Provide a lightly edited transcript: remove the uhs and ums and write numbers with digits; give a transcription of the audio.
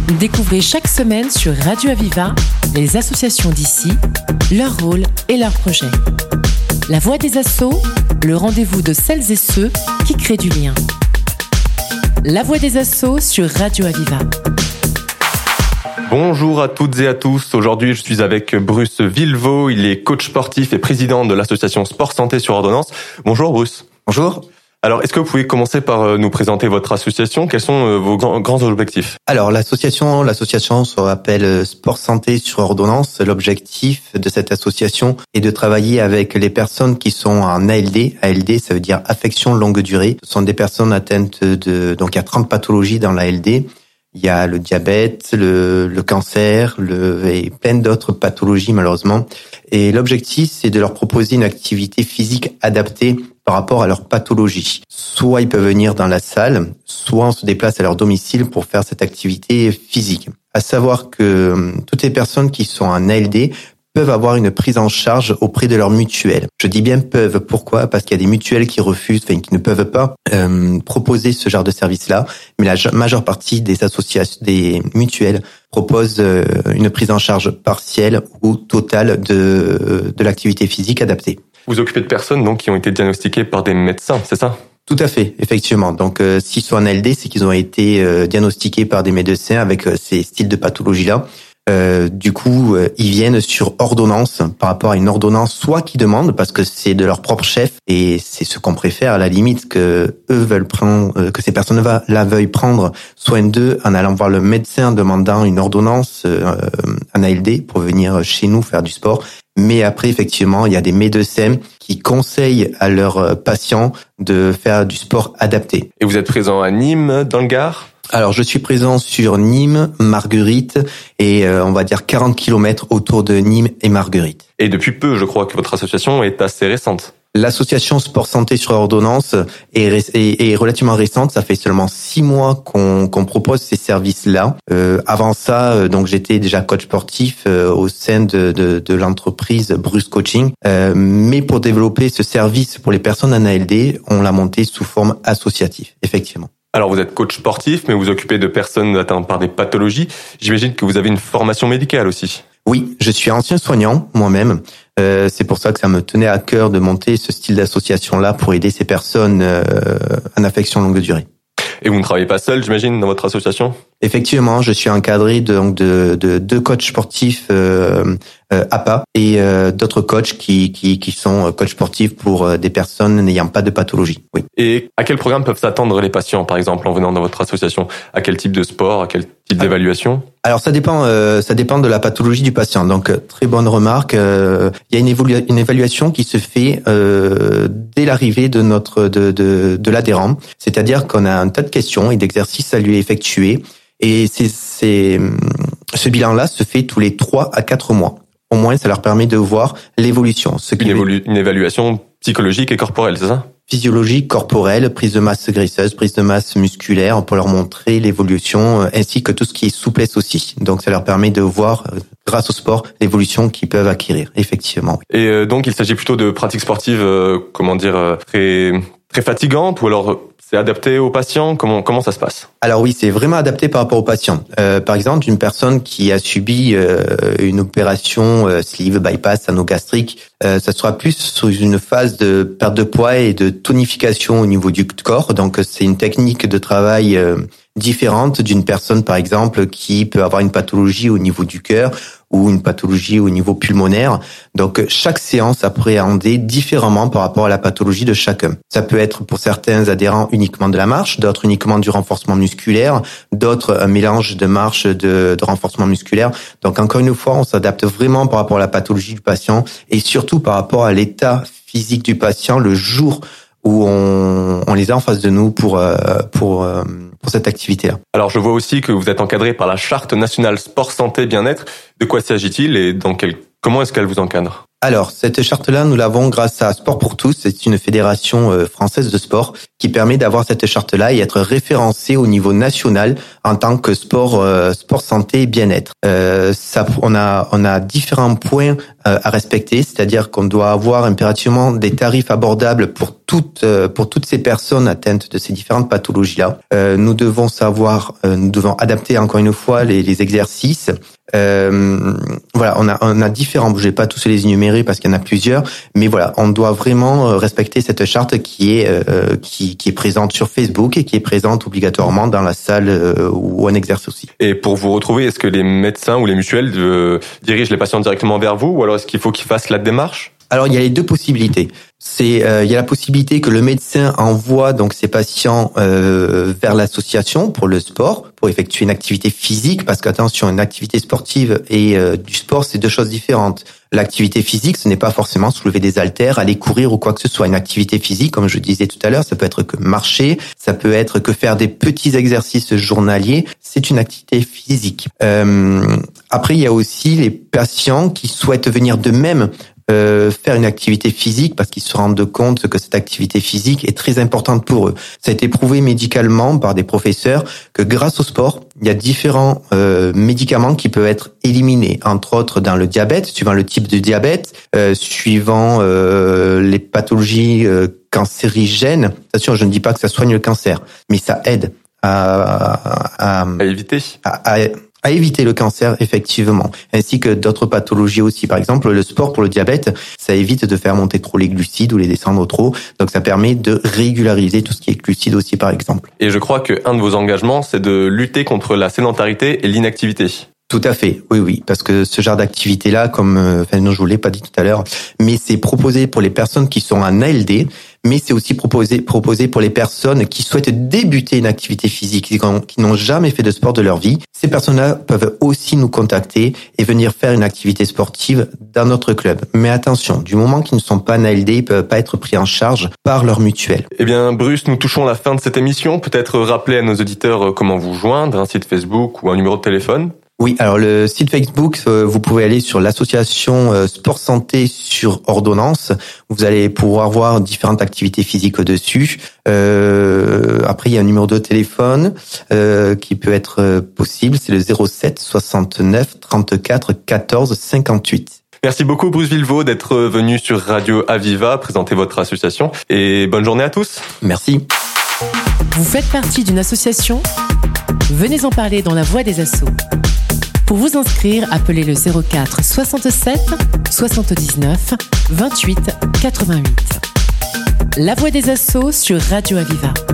Découvrez chaque semaine sur Radio Aviva les associations d'ici, leur rôle et leurs projets. La voix des assos, le rendez-vous de celles et ceux qui créent du lien. La voix des assos sur Radio Aviva. Bonjour à toutes et à tous. Aujourd'hui, je suis avec Bruce Villevaux. Il est coach sportif et président de l'association Sport Santé sur Ordonnance. Bonjour Bruce. Bonjour. Alors, est-ce que vous pouvez commencer par nous présenter votre association ? Quels sont vos grands objectifs ? Alors, l'association se rappelle Sport Santé sur Ordonnance. L'objectif de cette association est de travailler avec les personnes qui sont en ALD. ALD, ça veut dire affection longue durée. Ce sont des personnes atteintes donc il y a 30 pathologies dans l'ALD. Il y a le diabète, le cancer, et plein d'autres pathologies malheureusement. Et l'objectif, c'est de leur proposer une activité physique adaptée par rapport à leur pathologie. Soit ils peuvent venir dans la salle, soit on se déplace à leur domicile pour faire cette activité physique. À savoir que toutes les personnes qui sont en ALD peuvent avoir une prise en charge auprès de leur mutuelle. Je dis bien peuvent, pourquoi ? Parce qu'il y a des mutuelles qui refusent, qui ne peuvent pas proposer ce genre de service-là, mais la majeure partie des associations, des mutuelles proposent une prise en charge partielle ou totale de l'activité physique adaptée. Vous occupez de personnes donc qui ont été diagnostiquées par des médecins, c'est ça ? Tout à fait, effectivement. Donc, s'ils sont en ALD, c'est qu'ils ont été diagnostiqués par des médecins avec ces styles de pathologie-là. Du coup, ils viennent sur ordonnance par rapport à une ordonnance, soit qu'ils demandent parce que c'est de leur propre chef et c'est ce qu'on préfère à la limite que eux veulent prendre, que ces personnes-là veuillent prendre soin d'eux en allant voir le médecin en demandant une ordonnance en ALD pour venir chez nous faire du sport. Mais après, effectivement, il y a des médecins qui conseillent à leurs patients de faire du sport adapté. Et vous êtes présent à Nîmes, dans le Gard ? Alors, je suis présent sur Nîmes, Marguerite et on va dire 40 km autour de Nîmes et Marguerite. Et depuis peu, je crois que votre association est assez récente. L'association Sport Santé sur Ordonnance est relativement récente. Ça fait seulement 6 mois qu'on propose ces services-là. Avant ça, donc j'étais déjà coach sportif au sein de l'entreprise Bruce Coaching. Mais pour développer ce service pour les personnes en ALD, on l'a monté sous forme associative, effectivement. Alors vous êtes coach sportif, mais vous vous occupez de personnes atteintes par des pathologies. J'imagine que vous avez une formation médicale aussi. Oui, je suis ancien soignant moi-même. C'est pour ça que ça me tenait à cœur de monter ce style d'association-là pour aider ces personnes en affection longue durée. Et vous ne travaillez pas seul, j'imagine, dans votre association ? Effectivement, je suis encadré de 2 coachs sportifs APA et d'autres coachs qui sont coachs sportifs pour des personnes n'ayant pas de pathologie. Oui. Et à quel programme peuvent s'attendre les patients, par exemple, en venant dans votre association ? À quel type de sport ? À quel type d'évaluation ? Alors ça dépend de la pathologie du patient. Donc très bonne remarque. Il y a une évaluation qui se fait dès l'arrivée de l'adhérent, c'est-à-dire qu'on a un tas de questions et d'exercices à lui effectuer. Et ce bilan-là se fait tous les 3 à 4 mois. Au moins, ça leur permet de voir l'évolution. Une évaluation psychologique et corporelle, c'est ça ? Physiologique, corporelle, prise de masse graisseuse, prise de masse musculaire, pour leur montrer l'évolution, ainsi que tout ce qui est souplesse aussi. Donc, ça leur permet de voir, grâce au sport, l'évolution qu'ils peuvent acquérir, effectivement. Et donc, il s'agit plutôt de pratiques sportives, très fatigantes, ou alors c'est adapté aux patients ? Comment ça se passe ? Alors oui, c'est vraiment adapté par rapport aux patients. Par exemple, une personne qui a subi une opération sleeve bypass anogastrique, ça sera plus sur une phase de perte de poids et de tonification au niveau du corps. Donc c'est une technique de travail différente d'une personne, par exemple, qui peut avoir une pathologie au niveau du cœur ou une pathologie au niveau pulmonaire. Donc, chaque séance appréhendée différemment par rapport à la pathologie de chacun. Ça peut être pour certains adhérents uniquement de la marche, d'autres uniquement du renforcement musculaire, d'autres un mélange de marche, de renforcement musculaire. Donc, encore une fois, on s'adapte vraiment par rapport à la pathologie du patient et surtout par rapport à l'état physique du patient le jour où on les a en face de nous pour cette activité-là. Alors, je vois aussi que vous êtes encadré par la Charte nationale sport santé bien-être. De quoi s'agit-il et comment est-ce qu'elle vous encadre ? Alors, cette charte-là, nous l'avons grâce à Sport pour tous. C'est une fédération française de sport qui permet d'avoir cette charte-là et être référencé au niveau national en tant que sport santé et bien-être. On a différents points à respecter, c'est-à-dire qu'on doit avoir impérativement des tarifs abordables pour toutes ces personnes atteintes de ces différentes pathologies-là. Nous devons adapter encore une fois les exercices. Voilà, on a différents. Je vais pas tous les énumérer parce qu'il y en a plusieurs, mais voilà, on doit vraiment respecter cette charte qui est présente sur Facebook et qui est présente obligatoirement dans la salle où on exerce aussi. Et pour vous retrouver, est-ce que les médecins ou les mutuelles dirigent les patients directement vers vous, ou alors est-ce qu'il faut qu'ils fassent la démarche? Alors, il y a les deux possibilités. Il y a la possibilité que le médecin envoie donc ses patients vers l'association pour le sport, pour effectuer une activité physique, parce qu'attention, une activité sportive et du sport, c'est deux choses différentes. L'activité physique, ce n'est pas forcément soulever des haltères, aller courir ou quoi que ce soit. Une activité physique, comme je disais tout à l'heure, ça peut être que marcher, ça peut être que faire des petits exercices journaliers. C'est une activité physique. Après, il y a aussi les patients qui souhaitent venir d'eux-mêmes faire une activité physique parce qu'ils se rendent compte que cette activité physique est très importante pour eux. Ça a été prouvé médicalement par des professeurs que grâce au sport, il y a différents médicaments qui peuvent être éliminés, entre autres dans le diabète, suivant le type de diabète, suivant les pathologies cancérigènes. Attention, je ne dis pas que ça soigne le cancer, mais ça aide à éviter. À éviter le cancer, effectivement, ainsi que d'autres pathologies aussi. Par exemple, le sport pour le diabète, ça évite de faire monter trop les glucides ou les descendre trop. Donc, ça permet de régulariser tout ce qui est glucides aussi, par exemple. Et je crois qu'un de vos engagements, c'est de lutter contre la sédentarité et l'inactivité. Tout à fait, oui, parce que ce genre d'activité-là, non, je vous l'ai pas dit tout à l'heure, mais c'est proposé pour les personnes qui sont en ALD, mais c'est aussi proposé pour les personnes qui souhaitent débuter une activité physique, qui n'ont jamais fait de sport de leur vie. Ces personnes-là peuvent aussi nous contacter et venir faire une activité sportive dans notre club. Mais attention, du moment qu'ils ne sont pas en ALD, ils ne peuvent pas être pris en charge par leur mutuelle. Eh bien, Bruce, nous touchons la fin de cette émission. Peut-être rappeler à nos auditeurs comment vous joindre, un site Facebook ou un numéro de téléphone. Oui, alors le site Facebook, vous pouvez aller sur l'association Sport Santé sur Ordonnance. Vous allez pouvoir voir différentes activités physiques dessus. Après, il y a un numéro de téléphone qui peut être possible, c'est le 07 69 34 14 58. Merci beaucoup Bruce Villevaux d'être venu sur Radio Aviva présenter votre association et bonne journée à tous. Merci. Vous faites partie d'une association ? Venez en parler dans la voix des assos. Pour vous inscrire, appelez le 04 67 79 28 88. La voix des assos sur Radio Aviva.